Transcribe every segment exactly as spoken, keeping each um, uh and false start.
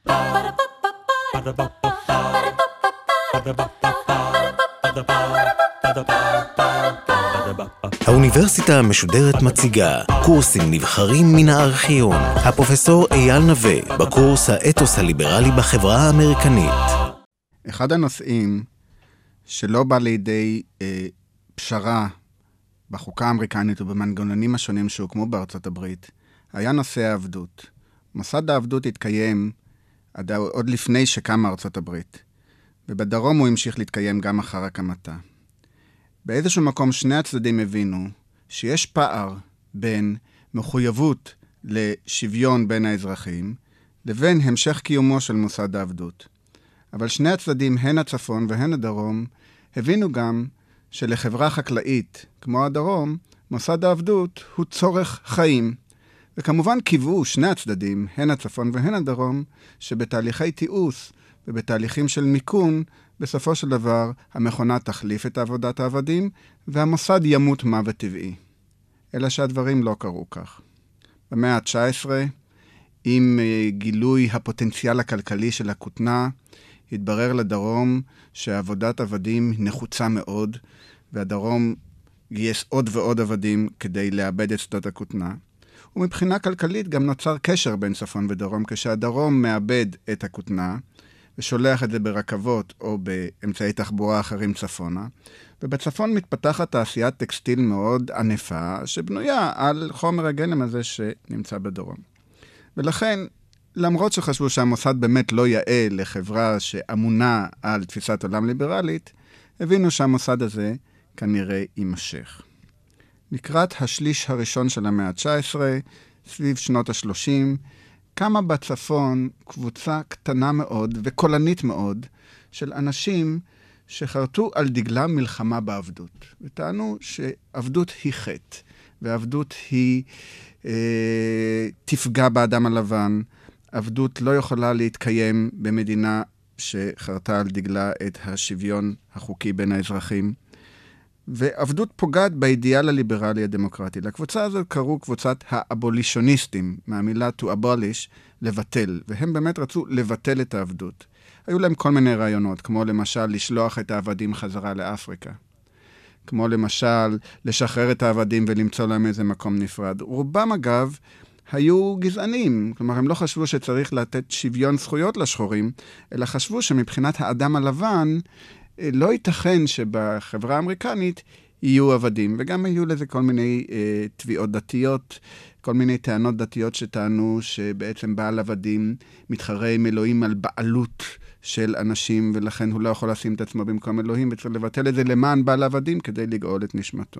האוניברסיטה המשודרת מציגה קורסים נבחרים מן הארכיון. הפרופסור אייל נווה בקורס האתוס הליברלי בחברה האמריקנית. אחד הנושאים שלא בא לידי אה, פשרה בחוקה האמריקנית ובמנגנונים השונים שהוקמו בארצות הברית, היה נושא העבדות. מוסד העבדות התקיים עד, עוד לפני שקמה ארצות הברית, ובדרום הוא המשיך להתקיים גם אחר הקמתה. באיזשהו מקום שני הצדדים הבינו שיש פער בין מחויבות לשוויון בין האזרחים, לבין המשך קיומו של מוסד העבדות. אבל שני הצדדים, הן הצפון והן הדרום, הבינו גם שלחברה חקלאית, כמו הדרום, מוסד העבדות הוא צורך חיים. וכמובן קיוו שני הצדדים, הן הצפון והן הדרום, שבתהליכי תיעוש ובתהליכים של מיקון, בסופו של דבר המכונה תחליף את עבודת העבדים, והמוסד ימות מוות טבעי. אלא שהדברים לא קרו כך. במאה ה-תשע עשרה, עם גילוי הפוטנציאל הכלכלי של הכותנה, התברר לדרום שעבודת עבדים נחוצה מאוד, והדרום גייס עוד ועוד עבדים כדי לאבד את שדות הכותנה. ומבחינה כלכלית גם נוצר קשר בין צפון ודרום, כשהדרום מאבד את הכותנה, ושולח את זה ברכבות או באמצעי תחבורה אחרים צפונה. ובצפון מתפתחת תעשיית טקסטיל מאוד ענפה, שבנויה על חומר הגלם הזה שנמצא בדרום. ולכן, למרות שחשבו שהמוסד באמת לא יאה לחברה שאמונה על תפיסת עולם ליברלית, הבינו שהמוסד הזה כנראה יימשך. לקראת השליש הראשון של המאה ה-תשע עשרה, סביב שנות ה-שלושים, קמה בצפון קבוצה קטנה מאוד וקולנית מאוד של אנשים שחרטו על דגלם מלחמה בעבדות. וטענו שעבדות היא חטא, ועבדות היא אה, תפגע באדם הלבן. עבדות לא יכולה להתקיים במדינה שחרטה על דגלה את השוויון החוקי בין האזרחים. ועבדות פוגעת באידיאל הליברלי הדמוקרטי. לקבוצה הזאת קראו קבוצת האבולישוניסטים, מהמילה to abolish, לבטל. והם באמת רצו לבטל את העבדות. היו להם כל מיני רעיונות, כמו למשל לשלוח את העבדים חזרה לאפריקה. כמו למשל לשחרר את העבדים ולמצוא להם איזה מקום נפרד. רובם אגב היו גזענים. כלומר, הם לא חשבו שצריך לתת שוויון זכויות לשחורים, אלא חשבו שמבחינת האדם הלבן, לא ייתכן שבחברה האמריקנית יהיו עבדים, וגם היו לזה כל מיני אה, תביעות דתיות, כל מיני טענות דתיות שטענו שבעצם בעל עבדים מתחרה עם אלוהים על בעלות של אנשים, ולכן הוא לא יכול לשים את עצמו במקום אלוהים, וצריך לבטל את זה למען בעל עבדים כדי לגאול את נשמתו.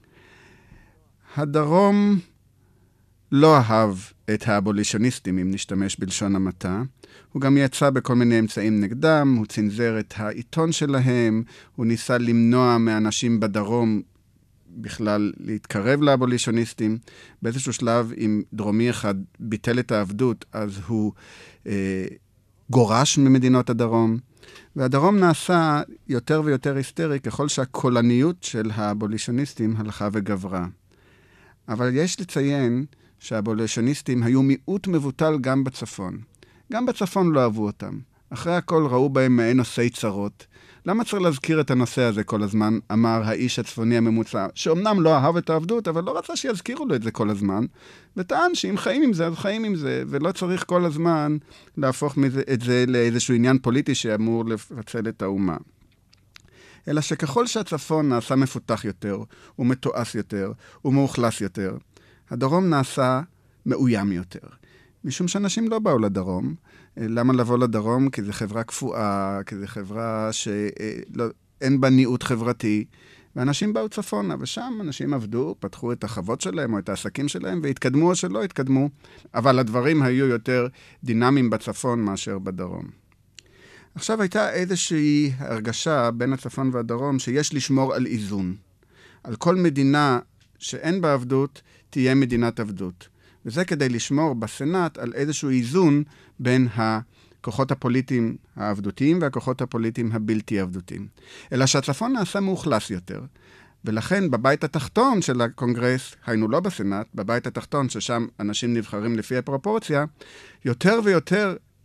הדרום לא אהב את האבולישוניסטים, אם נשתמש בלשון המעטה. הוא גם יצא בכל מיני אמצעים נגדם, הוא צנזר את העיתון שלהם, הוא ניסה למנוע מאנשים בדרום בכלל להתקרב לאבולישוניסטים. באיזשהו שלב, אם דרומי אחד ביטל את העבדות, אז הוא אה, גורש ממדינות הדרום. והדרום נעשה יותר ויותר היסטרי, ככל שהקולניות של האבולישוניסטים הלכה וגברה. אבל יש לציין שהאבולישוניסטים היו מיעוט מבוטל גם בצפון. גם בצפון לא אהבו אותם. אחרי הכל ראו בהם מעין נושאי צרות. למה צריך להזכיר את הנושא הזה כל הזמן, אמר האיש הצפוני הממוצע, שאומנם לא אהב את העבדות, אבל לא רצה שיזכירו לו את זה כל הזמן, וטען שאם חיים עם זה, אז חיים עם זה, ולא צריך כל הזמן להפוך את זה לאיזשהו עניין פוליטי שאמור לפצל את האומה. אלא שככל שהצפון נעשה מפותח יותר, ומתועש יותר, ומאוכלס יותר, הדרום נעשה מאוים יותר. משום שאנשים לא באו לדרום. למה לבוא לדרום? כי זו חברה קפואה, כי זו חברה שאין בה ניעות חברתי, ואנשים באו צפונה, ושם אנשים עבדו, פתחו את החוות שלהם או את העסקים שלהם, והתקדמו או שלא התקדמו, אבל הדברים היו יותר דינמיים בצפון מאשר בדרום. עכשיו הייתה איזושהי הרגשה בין הצפון והדרום שיש לשמור על איזון. על כל מדינה שאין בה עבדות, תהיה מדינת עבדות. וזה כדי לשמור בסנאט על איזשהו איזון בין הכוחות הפוליטיים העבדותיים והכוחות הפוליטיים הבלתי עבדותיים. אלא שהצפון נעשה מאוכלס יותר. ולכן בבית התחתון של הקונגרס, היינו לא בסנאט, בבית התחתון ששם אנשים נבחרים לפי הפרופורציה, יותר ויותר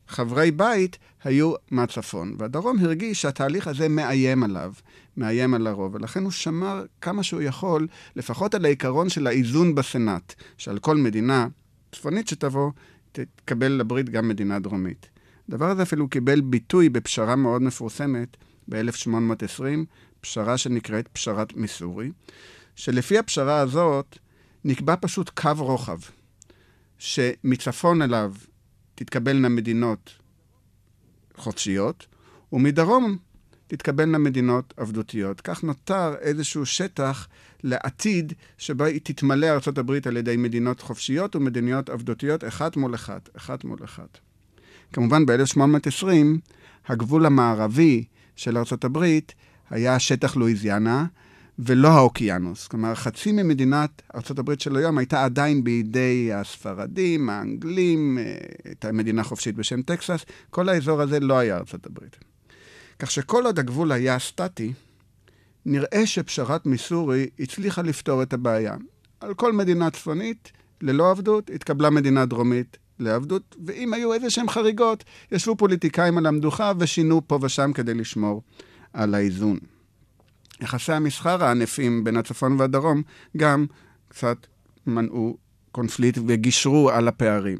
חברי בית היו מהצפון, והדרום הרגיש שהתהליך הזה מאיים עליו, מאיים על הרוב, ולכן הוא שמר כמה שהוא יכול, לפחות על העיקרון של האיזון בסנאט, שעל כל מדינה צפונית שתבוא, תקבל לברית גם מדינה דרומית. הדבר הזה אפילו קיבל ביטוי בפשרה מאוד מפורסמת ב-אלף שמונה מאות ועשרים, פשרה שנקראת פשרת מיסורי, שלפי הפשרה הזאת נקבע פשוט קו רוחב, שמצפון אליו תתקבלנה מדינות חופשיות, ומדרום תתקבלנה מדינות עבדותיות. כך נותר איזשהו שטח לעתיד שבה היא תתמלא ארצות הברית על ידי מדינות חופשיות ומדינות עבדותיות אחת מול אחת, אחת מול אחת. כמובן ב-אלף שמונה מאות ועשרים הגבול המערבי של ארצות הברית היה שטח לואיזיאנה ולא האוקיינוס. כלומר, חצי ממדינת ארצות הברית של היום הייתה עדיין בידי הספרדים, האנגלים, הייתה מדינה חופשית בשם טקסס. כל האזור הזה לא היה ארצות הברית. כך שכל עוד הגבול היה סטטי, נראה שפשרת מיסורי הצליחה לפתור את הבעיה. על כל מדינה צפונית, ללא עבדות, התקבלה מדינה דרומית לעבדות, ואם היו איזה שהם חריגות, ישבו פוליטיקאים על המדוכה ושינו פה ושם כדי לשמור על האיזון. יחסי המסחר הענפים בין הצפון והדרום גם קצת מנעו קונפליט וגישרו על הפערים.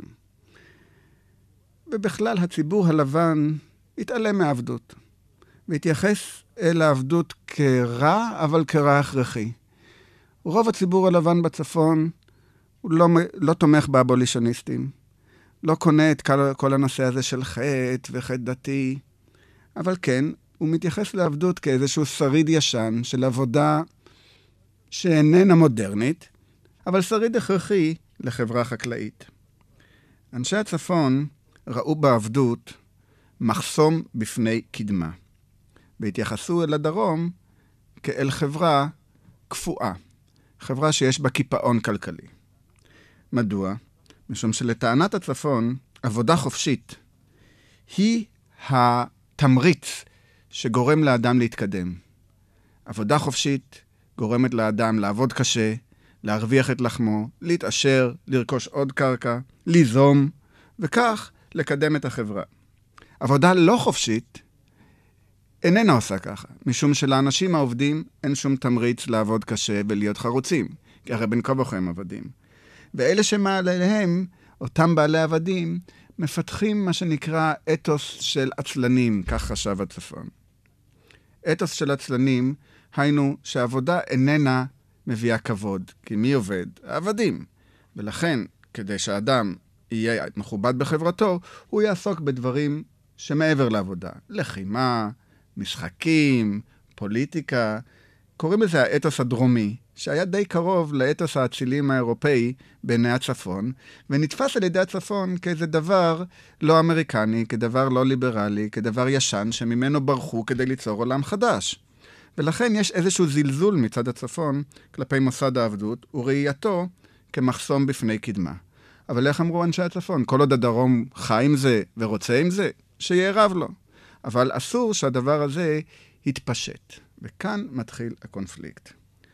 ובכלל הציבור הלבן התעלם מעבדות, והתייחס אל העבדות כרע, אבל כרע הכרחי. רוב הציבור הלבן בצפון הוא לא, לא תומך באבולישניסטים, לא קונה את כל, כל הנושא הזה של חטא וחטא דתי, אבל כן, הוא מתייחס לעבדות כאיזשהו שריד ישן של עבודה שאיננה מודרנית, אבל שריד הכרחי לחברה חקלאית. אנשי הצפון ראו בעבדות מחסום בפני קדמה, והתייחסו אל הדרום כאל חברה קפואה, חברה שיש בה קיפאון כלכלי. מדוע? משום שלטענת הצפון, עבודה חופשית היא התמריץ שגורם לאדם להתקדם. עבודה חופשית גורמת לאדם לעבוד קשה, להרוויח את לחמו, להתעשר, לרכוש עוד קרקע, ליזום, וכך לקדם את החברה. עבודה לא חופשית איננה עושה ככה, משום שלאנשים העובדים אין שום תמריץ לעבוד קשה ולהיות חרוצים, כי הרי בין כה וכה הם עבדים. ואלה שמעליהם, אותם בעלי עבדים, מפתחים מה שנקרא אתוס של עצלנים, כך חשב הצפון. אתוס של עצלנים, היינו שהעבודה איננה מביאה כבוד, כי מי עובד? העבדים. ולכן, כדי שהאדם יהיה מכובד בחברתו, הוא יעסוק בדברים שמעבר לעבודה. לחימה, משחקים, פוליטיקה. קוראים לזה האתוס הדרומי, שהיה די קרוב לאתוס האצילים האירופאי בעיני הצפון, ונתפס על ידי הצפון כאיזה דבר לא אמריקני, כדבר לא ליברלי, כדבר ישן שממנו ברחו כדי ליצור עולם חדש. ולכן יש איזשהו זלזול מצד הצפון כלפי מוסד העבדות, וראייתו כמחסום בפני קדמה. אבל איך אמרו אנשי הצפון? כל עוד הדרום חי עם זה ורוצה עם זה, שיערב לו. אבל אסור שהדבר הזה יתפשט. וכאן מתחיל הקונפליקט.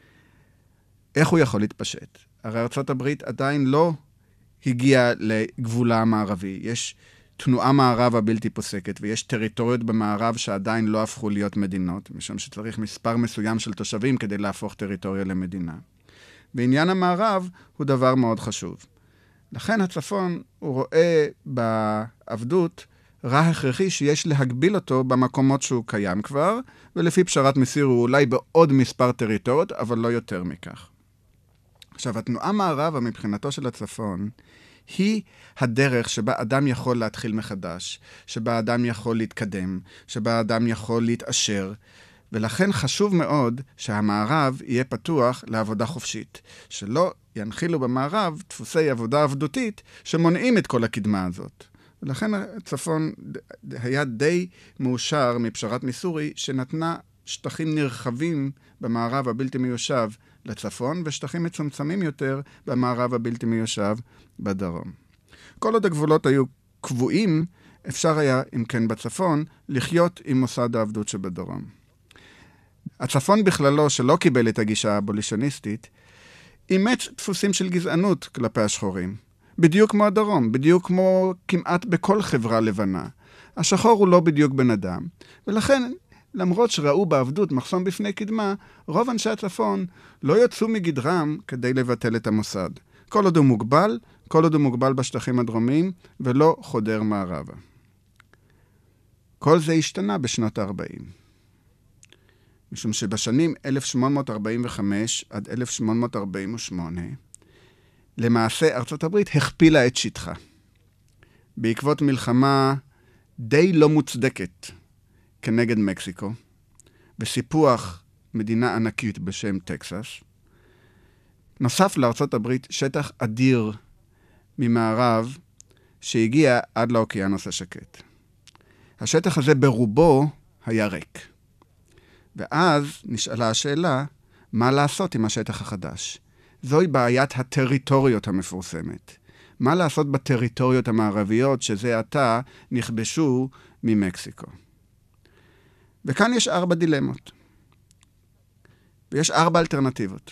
איך הוא יכול להתפשט? הרי ארצות הברית עדיין לא הגיעה לגבולה המערבי. יש תנועה מערבה בלתי פוסקת, ויש טריטוריות במערב שעדיין לא הפכו להיות מדינות, משום שצריך מספר מסוים של תושבים כדי להפוך טריטוריה למדינה. ועניין המערב הוא דבר מאוד חשוב. לכן הצפון הוא רואה בעבדות רע הכרחי שיש להגביל אותו במקומות שהוא קיים כבר, ולפי פשרת מיסורי הוא אולי בעוד מספר טריטוריות, אבל לא יותר מכך. עכשיו, התנועה מערבה מבחינתו של הצפון, היא הדרך שבה אדם יכול להתחיל מחדש, שבה אדם יכול להתקדם, שבה אדם יכול להתעשר, ולכן חשוב מאוד שהמערב יהיה פתוח לעבודה חופשית, שלא ינחילו במערב דפוסי עבודה עבדותית שמונעים את כל הקדמה הזאת. ולכן הצפון היה די מאושר מפשרת מיסורי, שנתנה שטחים נרחבים במערב הבלתי מיושב לצפון, ושטחים מצומצמים יותר במערב הבלתי מיושב בדרום. כל עוד הגבולות היו קבועים, אפשר היה, אם כן בצפון, לחיות עם מוסד העבדות שבדרום. הצפון בכללו, שלא קיבל את הגישה האבולישניסטית, אימץ דפוסים של גזענות כלפי השחורים. בדיוק כמו הדרום, בדיוק כמו כמעט בכל חברה לבנה. השחור הוא לא בדיוק בן אדם, ולכן, למרות שראו בעבדות מחסום בפני קדמה, רוב אנשי הצפון לא יצאו מגדרם כדי לבטל את המוסד. כל עוד הוא מוגבל, כל עוד הוא מוגבל בשטחים הדרומיים, ולא חודר מערבה. כל זה השתנה בשנות ה-ארבעים. משום שבשנים אלף שמונה מאות ארבעים וחמש עד אלף שמונה מאות ארבעים ושמונה, למעשה ארצות הברית הכפילה את שטחה. בעקבות מלחמה די לא מוצדקת כנגד מקסיקו, בסיפוח מדינה ענקית בשם טקסס, נוסף לארצות הברית שטח אדיר ממערב שהגיע עד לאוקיינוס השקט. השטח הזה ברובו היה ריק. ואז נשאלה השאלה, מה לעשות עם השטח החדש? זוהי בעיית הטריטוריות המפורסמת. מה לעשות בטריטוריות המערביות שזה עתה נכבשו ממקסיקו? וכאן יש ארבע דילמות. ויש ארבע אלטרנטיבות.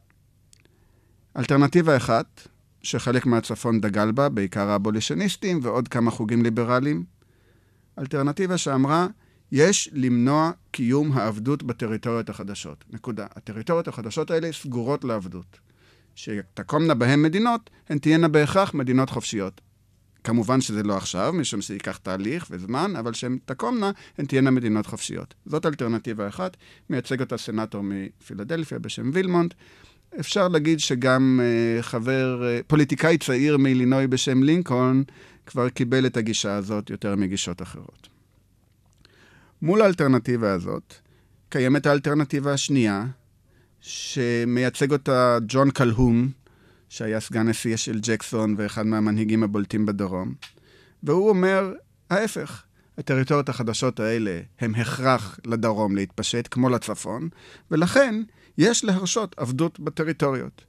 אלטרנטיבה אחת, שחלק מהצפון דגל בה, בעיקר האבולישניסטים ועוד כמה חוגים ליברליים. אלטרנטיבה שאמרה, יש למנוע קיום העבדות בטריטוריות החדשות. נקודה. הטריטוריות החדשות האלה סגורות לעבדות. שתקומנה בהן מדינות, הן תהיינה בהכרח מדינות חופשיות. כמובן שזה לא עכשיו, משום שיקח תהליך וזמן, אבל שהן תקומנה, הן תהיינה מדינות חופשיות. זאת אלטרנטיבה אחת, מייצג אותה סנטור מפילדלפיה בשם וילמונט. אפשר להגיד שגם uh, חבר, uh, פוליטיקאי צעיר מאילינוי בשם לינקולן, כבר קיבל את הגישה הזאת יותר מגישות אחרות. מול האלטרנטיבה הזאת, קיימת האלטרנטיבה השנייה, שמייצג אותה ג'ון קלהון, שהיה סגן נשיא של ג'קסון ואחד מהמנהיגים הבולטים בדרום, והוא אומר, ההפך, הטריטוריות החדשות האלה הם הכרח לדרום להתפשט כמו לצפון, ולכן יש להרשות עבדות בטריטוריות.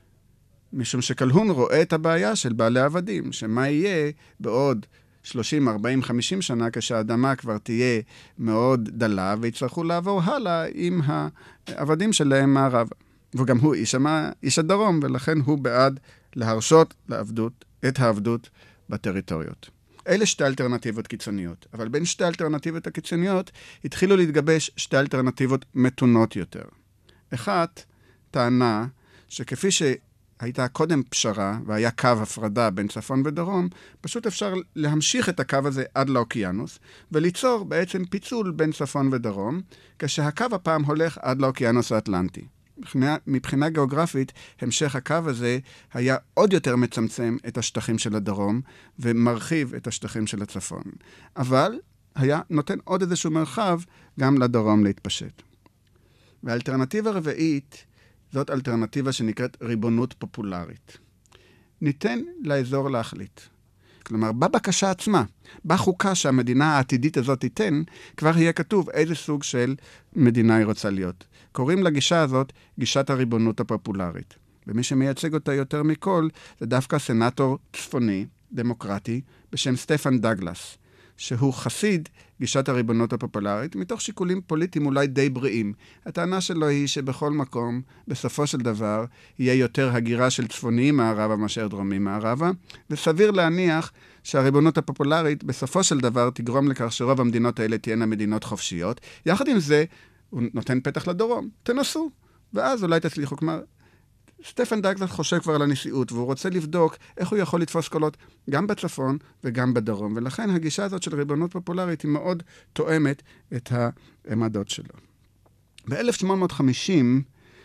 משום שקלהון רואה את הבעיה של בעלי עבדים, שמה יהיה בעוד שלושים, ארבעים, חמישים שנה, כשהאדמה כבר תהיה מאוד דלה, ויצטרכו לעבור הלאה עם העבדים שלהם מערבה. וגם הוא איש, המה, איש הדרום, ולכן הוא בעד להרשות לעבדות, את העבדות בטריטוריות. אלה שתי אלטרנטיבות קיצוניות, אבל בין שתי אלטרנטיבות הקיצוניות התחילו להתגבש שתי אלטרנטיבות מתונות יותר. אחת, טענה שכפי שהייתה קודם פשרה והיה קו הפרדה בין צפון ודרום, פשוט אפשר להמשיך את הקו הזה עד לאוקיינוס, וליצור בעצם פיצול בין צפון ודרום, כשהקו הפעם הולך עד לאוקיינוס האטלנטי. מבחינה, מבחינה גיאוגרפית, המשך הקו הזה היה עוד יותר מצמצם את השטחים של הדרום, ומרחיב את השטחים של הצפון. אבל היה נותן עוד איזשהו מרחב גם לדרום להתפשט. והאלטרנטיבה הרביעית, זאת אלטרנטיבה שנקראת ריבונות פופולרית. ניתן לאזור להחליט. כלומר, בבקשה עצמה, בחוקה שהמדינה העתידית הזאת תיתן, כבר יהיה כתוב איזה סוג של מדינה היא רוצה להיות. קוראים לגישה הזאת גישת הריבונות הפופולרית. ומי שמייצג אותה יותר מכל, זה דווקא סנטור צפוני, דמוקרטי, בשם סטפן דגלס, שהוא חסיד גישת הריבונות הפופולרית, מתוך שיקולים פוליטיים אולי די בריאים. הטענה שלו היא שבכל מקום, בסופו של דבר, יהיה יותר הגירה של צפוניים מערבה מאשר דרומיים מערבה, וסביר להניח שהריבונות הפופולרית בסופו של דבר תגרום לכך שרוב המדינות האלה תהיינה מדינות חופשיות. יחד עם זה, הוא נותן פתח לדרום. תנסו, ואז אולי תצליחו. כלומר, סטפן דגלס חושב כבר על הנשיאות, והוא רוצה לבדוק איך הוא יכול לתפוס קולות גם בצפון וגם בדרום. ולכן הגישה הזאת של ריבונות פופולרית היא מאוד תואמת את העמדות שלו. ב-אלף שמונה מאות וחמישים,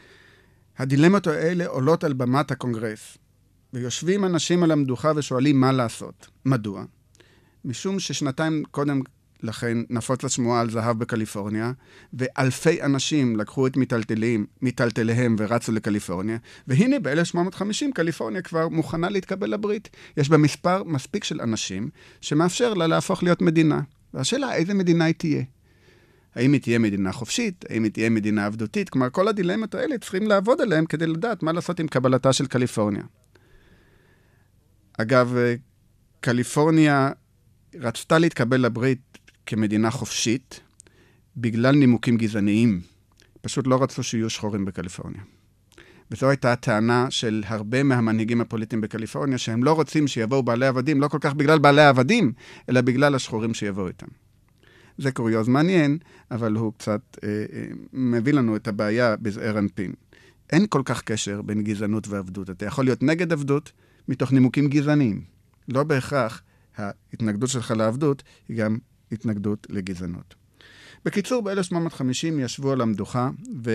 הדילמות האלה עולות על במת הקונגרס, ויושבים אנשים על המדוכה ושואלים מה לעשות. מדוע? משום ששנתיים קודם לכן נפוץ השמועה על זהב בקליפורניה, ואלפי אנשים לקחו את מטלטלים, מטלטליהם ורצו לקליפורניה, והנה ב-אלף שמונה מאות וחמישים קליפורניה כבר מוכנה להתקבל לברית. יש בה מספר מספיק של אנשים שמאפשר לה להפוך להיות מדינה. והשאלה, איזה מדינה היא תהיה? האם היא תהיה מדינה חופשית? האם היא תהיה מדינה עבדותית? כלומר, כל הדילמות האלה צריכים לעבוד עליהם כדי לדעת מה לעשות עם קבלתה של קליפורניה. אגב, קליפורניה רצתה להתקבל לברית כמדינה חופשית, בגלל נימוקים גזעניים. פשוט לא רצו שיהיו שחורים בקליפורניה. וזו הייתה הטענה של הרבה מהמנהיגים הפוליטיים בקליפורניה, שהם לא רוצים שיבואו בעלי עבדים, לא כל כך בגלל בעלי העבדים, אלא בגלל השחורים שיבואו איתם. זה קוריוז מעניין, אבל הוא קצת אה, אה, מביא לנו את הבעיה בזעיר אנפין. אין כל כך קשר בין גזענות ועבדות. אתה יכול להיות נגד עבדות מתוך נימוקים גזעניים. לא בהכרח ההתנגדות שלך לעבדות היא גם התנגדות לגזענות. בקיצור, ב-אלף שמונה מאות וחמישים ישבו על המדוכה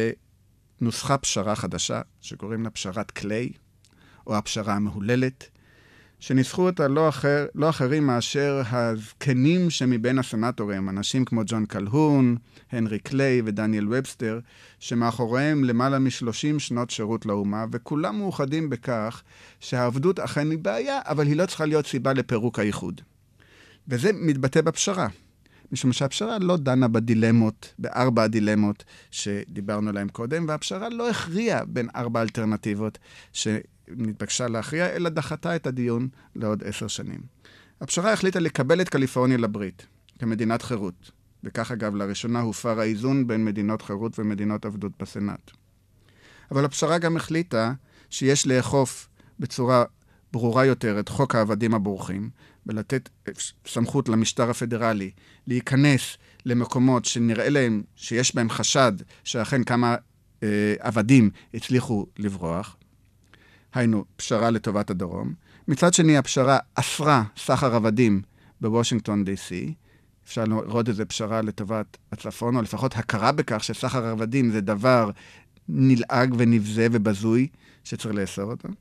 ונוסחה פשרה חדשה, שקוראים לה פשרת קליי, או הפשרה המהוללת, שניסחו אותה לא, אחר, לא אחרים מאשר הזקנים שמבין הסנטורים, אנשים כמו ג'ון קלהון, הנרי קליי ודניאל ובסטר, שמאחוריהם למעלה משלושים שנות שירות לאומה, וכולם מאוחדים בכך שהעבדות אכן היא בעיה, אבל היא לא צריכה להיות סיבה לפירוק האיחוד. וזה מתבטא בפשרה, משום שהפשרה לא דנה בדילמות, בארבע הדילמות שדיברנו עליהם קודם, והפשרה לא הכריעה בין ארבע אלטרנטיבות שנתבקשה להכריע, אלא דחתה את הדיון לעוד עשר שנים. הפשרה החליטה לקבל את קליפורניה לברית, כמדינת חירות, וכך אגב לראשונה הופר האיזון בין מדינות חירות ומדינות עבדות בסנאט. אבל הפשרה גם החליטה שיש לאכוף בצורה ברורה יותר את חוק העבדים הבורחים, ולתת סמכות למשטר הפדרלי להיכנס למקומות שנראה להם שיש בהם חשד שאכן כמה אה, עבדים הצליחו לברוח. היינו, פשרה לטובת הדרום. מצד שני, הפשרה אסרה סחר עבדים בוושינגטון די סי. אפשר לראות איזה פשרה לטובת הצפון, או לפחות הכרה בכך שסחר עבדים זה דבר נלעג ונבזה ובזוי שצריך לאסור אותו.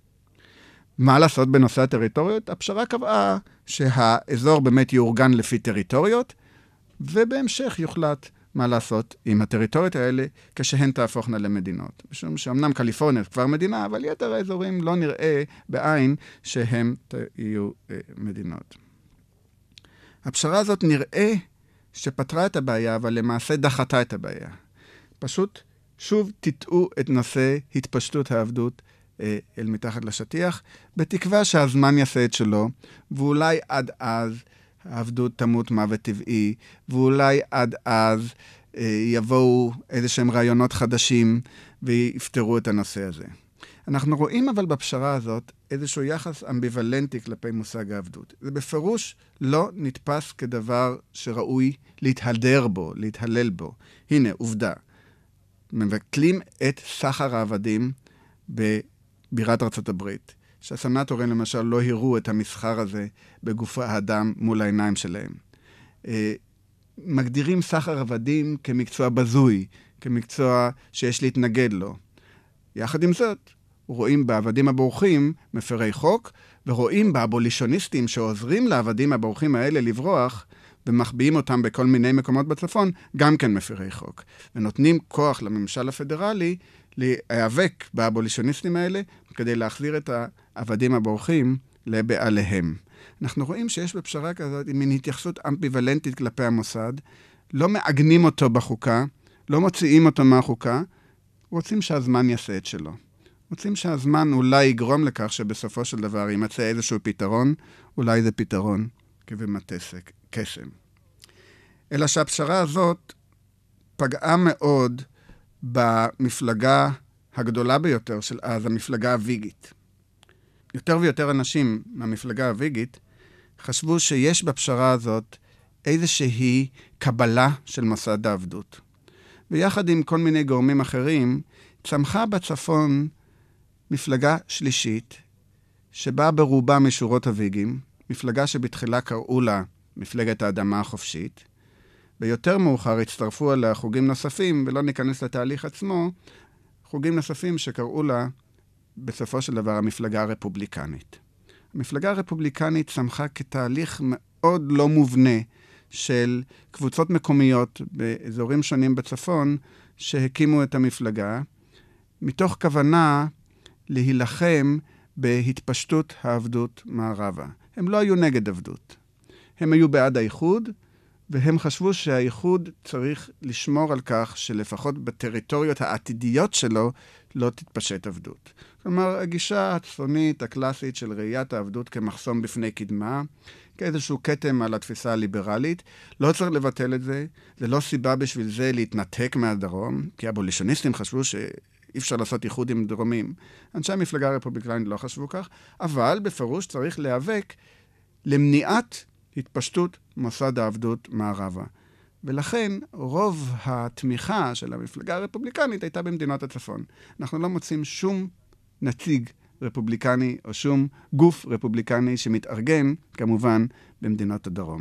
מה לעשות בנושא הטריטוריות? הפשרה קבעה שהאזור באמת יאורגן לפי טריטוריות, ובהמשך יוחלט מה לעשות עם הטריטוריות האלה כשהן תהפוכנה למדינות. משום שאומנם קליפורניה כבר מדינה, אבל יתר האזורים לא נראה בעין שהם יהיו מדינות. הפשרה הזאת נראה שפתרה את הבעיה, אבל למעשה דחתה את הבעיה. פשוט שוב תטעו את נושא התפשטות העבדות אל מתחת לשטיח, בתקווה שהזמן יעשה את שלו, ואולי עד אז העבדות תמות מוות טבעי, ואולי עד אז אה, יבואו איזה שהם רעיונות חדשים ויפתרו את הנושא הזה. אנחנו רואים אבל בפשרה הזאת איזשהו יחס אמביוולנטי כלפי מושג העבדות. זה בפירוש לא נתפס כדבר שראוי להתהדר בו, להתהלל בו. הנה, עובדה. מבטלים את סחר העבדים בבירת ארצות הברית. שהסנטורים למשל לא הראו את המסחר הזה בגוף האדם מול העיניים שלהם. מגדירים סחר עבדים כמקצוע בזוי, כמקצוע שיש להתנגד לו. יחד עם זאת, רואים בעבדים הבורחים מפרי חוק, ורואים באבולישוניסטים שעוזרים לעבדים הבורחים האלה לברוח, ומחביאים אותם בכל מיני מקומות בצפון, גם כן מפרי חוק. ונותנים כוח לממשל הפדרלי להיאבק באבולישוניסטים האלה, כדי להחזיר את העבדים הבורחים לבעליהם. אנחנו רואים שיש בפשרה כזאת מין התייחסות אמביוולנטית כלפי המוסד, לא מעגנים אותו בחוקה, לא מוציאים אותו מהחוקה, רוצים שהזמן יעשה את שלו. רוצים שהזמן אולי יגרום לכך שבסופו של דבר יימצא איזשהו פתרון, אולי זה פתרון כבמטסק, קסם. אלא שהפשרה הזאת פגעה מאוד במפלגה הגדולה ביותר של אז, המפלגה הוויגית. יותר ויותר אנשים מהמפלגה הוויגית חשבו שיש בפשרה הזאת איזושהי קבלה של מוסד העבדות. ויחד עם כל מיני גורמים אחרים, צמחה בצפון מפלגה שלישית, שבאה ברובה משורות הוויגים, מפלגה שבתחילה קראו לה מפלגת האדמה החופשית, ויותר מאוחר הצטרפו עליה חוגים נוספים, ולא ניכנס לתהליך עצמו, חוגים נוספים שקראו לה בסופו של דבר המפלגה הרפובליקנית. המפלגה הרפובליקנית צמחה כתהליך מאוד לא מובנה של קבוצות מקומיות באזורים שונים בצפון שהקימו את המפלגה, מתוך כוונה להילחם בהתפשטות העבדות מערבה. הם לא היו נגד עבדות. הם היו בעד האיחוד, והם חשבו שהאיחוד צריך לשמור על כך שלפחות בטריטוריות העתידיות שלו לא תתפשט עבדות. כלומר, הגישה הצפונית, הקלאסית של ראיית העבדות כמחסום בפני קדמה, כאיזשהו כתם על התפיסה הליברלית, לא צריך לבטל את זה, זה לא סיבה בשביל זה להתנתק מהדרום, כי הבולישוניסטים חשבו אי אפשר לעשות איחוד עם דרומים. אנשי המפלגה הרפובליקנית לא חשבו כך, אבל בפירוש צריך להיאבק למניעת התפשטות מוסד העבדות מערבה. ולכן רוב התמיכה של המפלגה הרפובליקנית הייתה במדינות הצפון. אנחנו לא מוצאים שום נציג רפובליקני או שום גוף רפובליקני שמתארגן, כמובן, במדינות הדרום.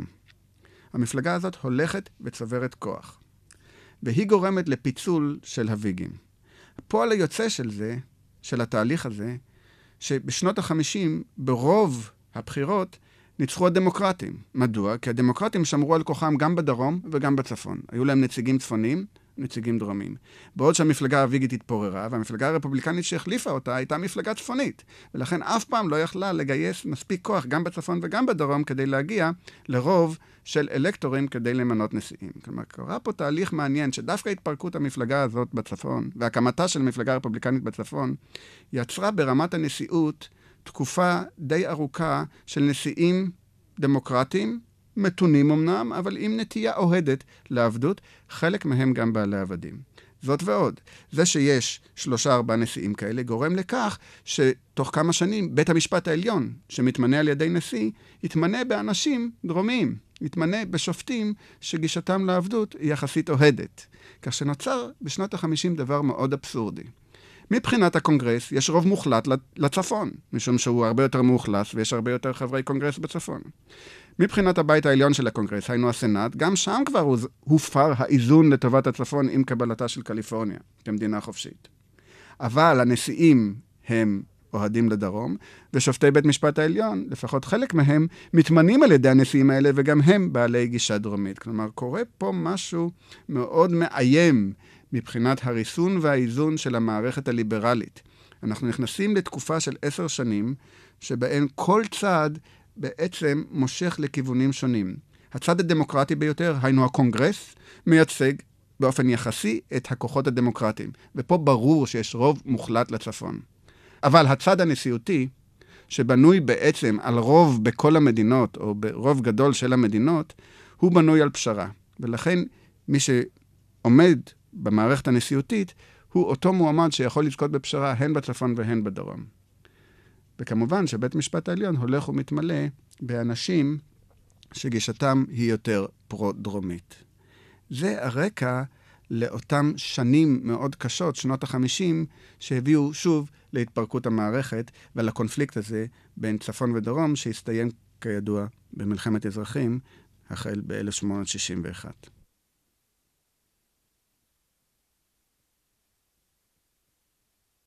המפלגה הזאת הולכת וצוברת כוח, והיא גורמת לפיצול של הוויגים. הפועל היוצא של זה, של התהליך הזה, שבשנות החמישים, ברוב הבחירות, ניצחו הדמוקרטים. מדוע? כי הדמוקרטים שמרו על כוחם גם בדרום וגם בצפון. היו להם נציגים צפונים, נציגים דרומים. בעוד שהמפלגה הוויגית התפוררה, והמפלגה הרפובליקנית שהחליפה אותה הייתה מפלגה צפונית. ולכן אף פעם לא יכלה לגייס מספיק כוח גם בצפון וגם בדרום כדי להגיע לרוב של אלקטורים כדי למנות נשיאים. כלומר, קרה פה תהליך מעניין שדווקא התפרקות המפלגה הזאת בצפון, והקמתה של המפלגה הרפובליקנית בצפון, יצרה ברמת הנשיאות תקופה די ארוכה של נשיאים דמוקרטיים, מתונים אמנם, אבל עם נטייה אוהדת לעבדות, חלק מהם גם בעלי עבדים. זאת ועוד, זה שיש שלושה ארבעה נשיאים כאלה, גורם לכך שתוך כמה שנים בית המשפט העליון, שמתמנה על ידי נשיא, יתמנה באנשים דרומיים, יתמנה בשופטים שגישתם לעבדות היא יחסית אוהדת. כך שנוצר בשנות החמישים דבר מאוד אבסורדי. מבחינת הקונגרס יש רוב מוחלט לצפון, משום שהוא הרבה יותר מאוכלס ויש הרבה יותר חברי קונגרס בצפון. מבחינת הבית העליון של הקונגרס, היינו הסנאט, גם שם כבר הופר האיזון לטובת הצפון עם קבלתה של קליפורניה, כמדינה חופשית. אבל הנשיאים הם אוהדים לדרום, ושופטי בית משפט העליון, לפחות חלק מהם, מתמנים על ידי הנשיאים האלה, וגם הם בעלי גישה דרומית. כלומר, קורה פה משהו מאוד מאיים מבחינת הריסון והאיזון של המערכת הליברלית. אנחנו נכנסים לתקופה של עשר שנים, שבהן כל צד בעצם מושך לכיוונים שונים. הצד הדמוקרטי ביותר, היינו הקונגרס, מייצג באופן יחסי את הכוחות הדמוקרטיים. ופה ברור שיש רוב מוחלט לצפון. אבל הצד הנשיאותי, שבנוי בעצם על רוב בכל המדינות, או ברוב גדול של המדינות, הוא בנוי על פשרה. ולכן מי שעומד במערכת הנשיאותית, הוא אותו מועמד שיכול לזכות בפשרה הן בצפון והן בדרום. וכמובן שבית משפט העליון הולך ומתמלא באנשים שגישתם היא יותר פרו-דרומית. זה הרקע לאותם שנים מאוד קשות, שנות החמישים, שהביאו שוב להתפרקות המערכת ולקונפליקט הזה בין צפון ודרום, שהסתיים כידוע במלחמת אזרחים החל ב-אלף שמונה מאות שישים ואחת.